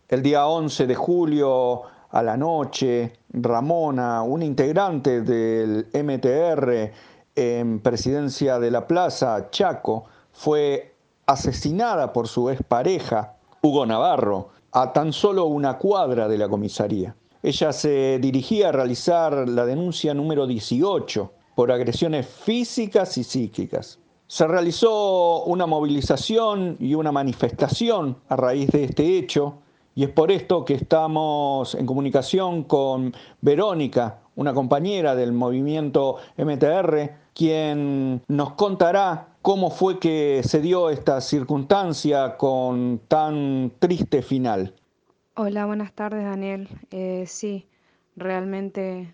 El día 11 de julio a la noche, Ramona, una integrante del MTR en Presidencia de la Plaza, Chaco, fue asesinada por su expareja, Hugo Navarro, a tan solo una cuadra de la comisaría. Ella se dirigía a realizar la denuncia número 18 por agresiones físicas y psíquicas. Se realizó una movilización y una manifestación a raíz de este hecho y es por esto que estamos en comunicación con Verónica, una compañera del movimiento MTR, quien nos contará cómo fue que se dio esta circunstancia con tan triste final. Hola, buenas tardes, Daniel. Sí, realmente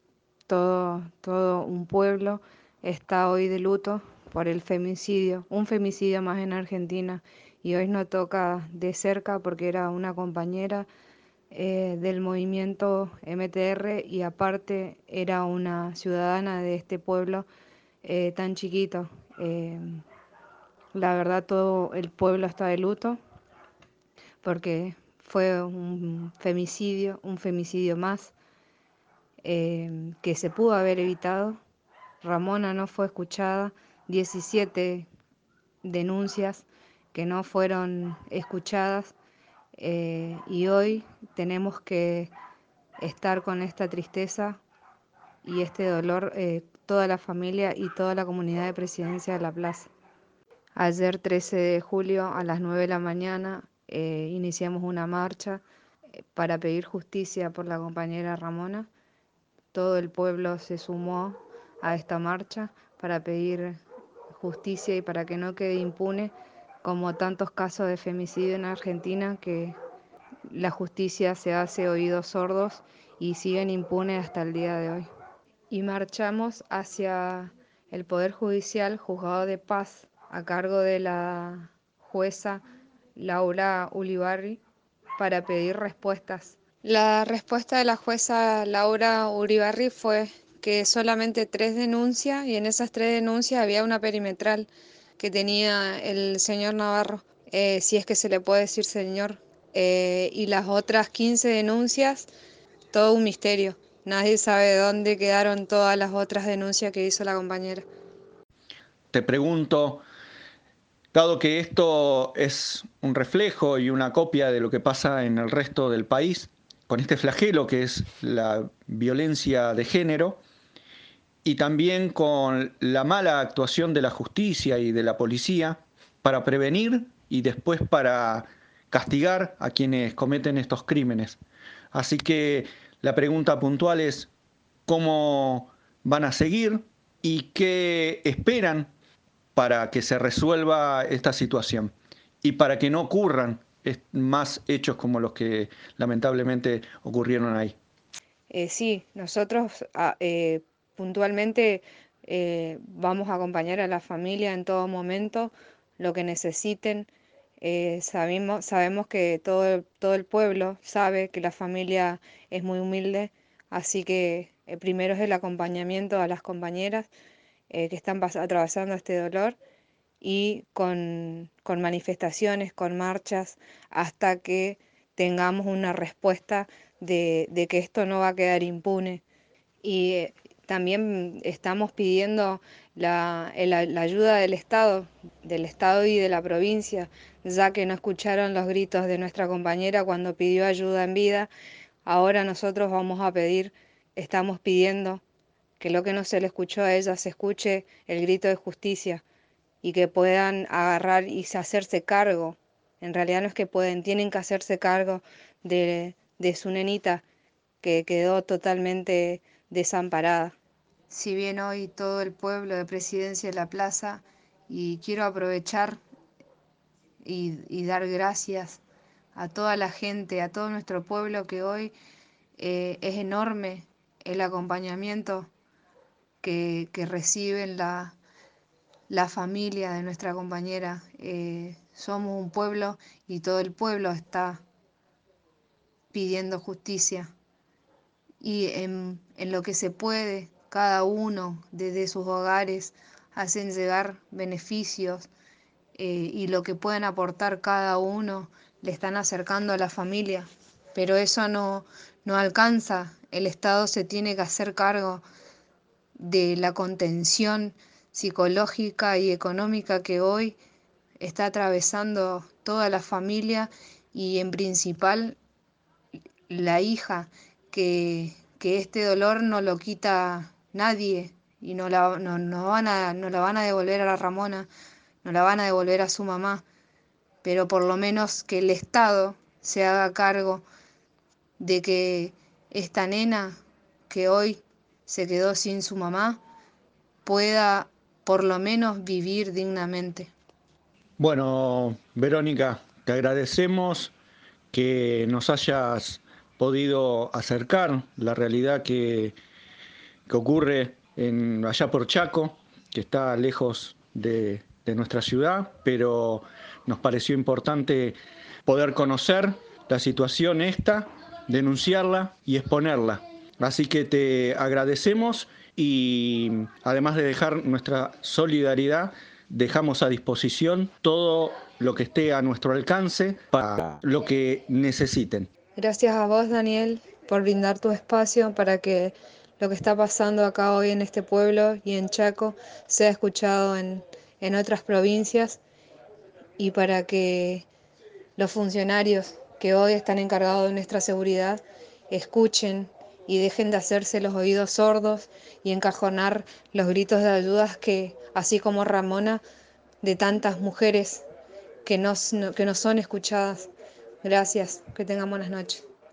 todo un pueblo está hoy de luto por el femicidio, un femicidio más en Argentina, y hoy nos toca de cerca porque era una compañera del movimiento MTR y aparte era una ciudadana de este pueblo tan chiquito. Eh, la verdad, todo el pueblo está de luto porque fue un femicidio más que se pudo haber evitado. Ramona no fue escuchada, 17 denuncias que no fueron escuchadas y hoy tenemos que estar con esta tristeza y este dolor, toda la familia y toda la comunidad de Presidencia de la Plaza. Ayer 13 de julio a las 9 de la mañana iniciamos una marcha para pedir justicia por la compañera Ramona. Todo el pueblo se sumó a esta marcha para pedir justicia y para que no quede impune, como tantos casos de femicidio en Argentina, que la justicia se hace oídos sordos y siguen impunes hasta el día de hoy. Y marchamos hacia el Poder Judicial, Juzgado de Paz, a cargo de la jueza Laura Ulibarri, para pedir respuestas. La respuesta de la jueza Laura Uribarri fue que solamente 3 denuncias, y en esas 3 denuncias había una perimetral que tenía el señor Navarro, si es que se le puede decir señor, y las otras 15 denuncias, todo un misterio. Nadie sabe dónde quedaron todas las otras denuncias que hizo la compañera. Te pregunto, dado que esto es un reflejo y una copia de lo que pasa en el resto del país, con este flagelo que es la violencia de género, y también con la mala actuación de la justicia y de la policía para prevenir y después para castigar a quienes cometen estos crímenes. Así que la pregunta puntual es cómo van a seguir y qué esperan para que se resuelva esta situación y para que no ocurran más hechos como los que lamentablemente ocurrieron ahí. Sí, nosotros puntualmente vamos a acompañar a la familia en todo momento, lo que necesiten. Sabemos que todo el pueblo sabe que la familia es muy humilde, así que primero es el acompañamiento a las compañeras que están atravesando este dolor y con manifestaciones, con marchas, hasta que tengamos una respuesta de que esto no va a quedar impune. Y también estamos pidiendo la ayuda del Estado y de la provincia, ya que no escucharon los gritos de nuestra compañera cuando pidió ayuda en vida. Ahora nosotros vamos a pedir, estamos pidiendo que lo que no se le escuchó a ella se escuche el grito de justicia y que puedan agarrar y hacerse cargo. En realidad no es que pueden, tienen que hacerse cargo de su nenita que quedó totalmente desamparada. Si bien hoy todo el pueblo de Presidencia de la Plaza, y quiero aprovechar y dar gracias a toda la gente, a todo nuestro pueblo que hoy es enorme el acompañamiento que reciben la familia de nuestra compañera. Somos un pueblo y todo el pueblo está pidiendo justicia. Y en lo que se puede, cada uno desde sus hogares hacen llegar beneficios y lo que pueden aportar cada uno le están acercando a la familia, pero eso no alcanza. El Estado se tiene que hacer cargo de la contención psicológica y económica que hoy está atravesando toda la familia y en principal la hija, que este dolor no lo quita nadie y no la van a devolver a la Ramona, no la van a devolver a su mamá, pero por lo menos que el Estado se haga cargo de que esta nena que hoy se quedó sin su mamá pueda por lo menos vivir dignamente. Bueno, Verónica, te agradecemos que nos hayas podido acercar la realidad que ocurre allá por Chaco, que está lejos de nuestra ciudad, pero nos pareció importante poder conocer la situación esta, denunciarla y exponerla. Así que te agradecemos y además de dejar nuestra solidaridad, dejamos a disposición todo lo que esté a nuestro alcance para lo que necesiten. Gracias a vos, Daniel, por brindar tu espacio para que lo que está pasando acá hoy en este pueblo y en Chaco sea escuchado en otras provincias y para que los funcionarios que hoy están encargados de nuestra seguridad escuchen y dejen de hacerse los oídos sordos y encajonar los gritos de ayuda que, así como Ramona, de tantas mujeres que no son escuchadas. Gracias, que tengan buenas noches.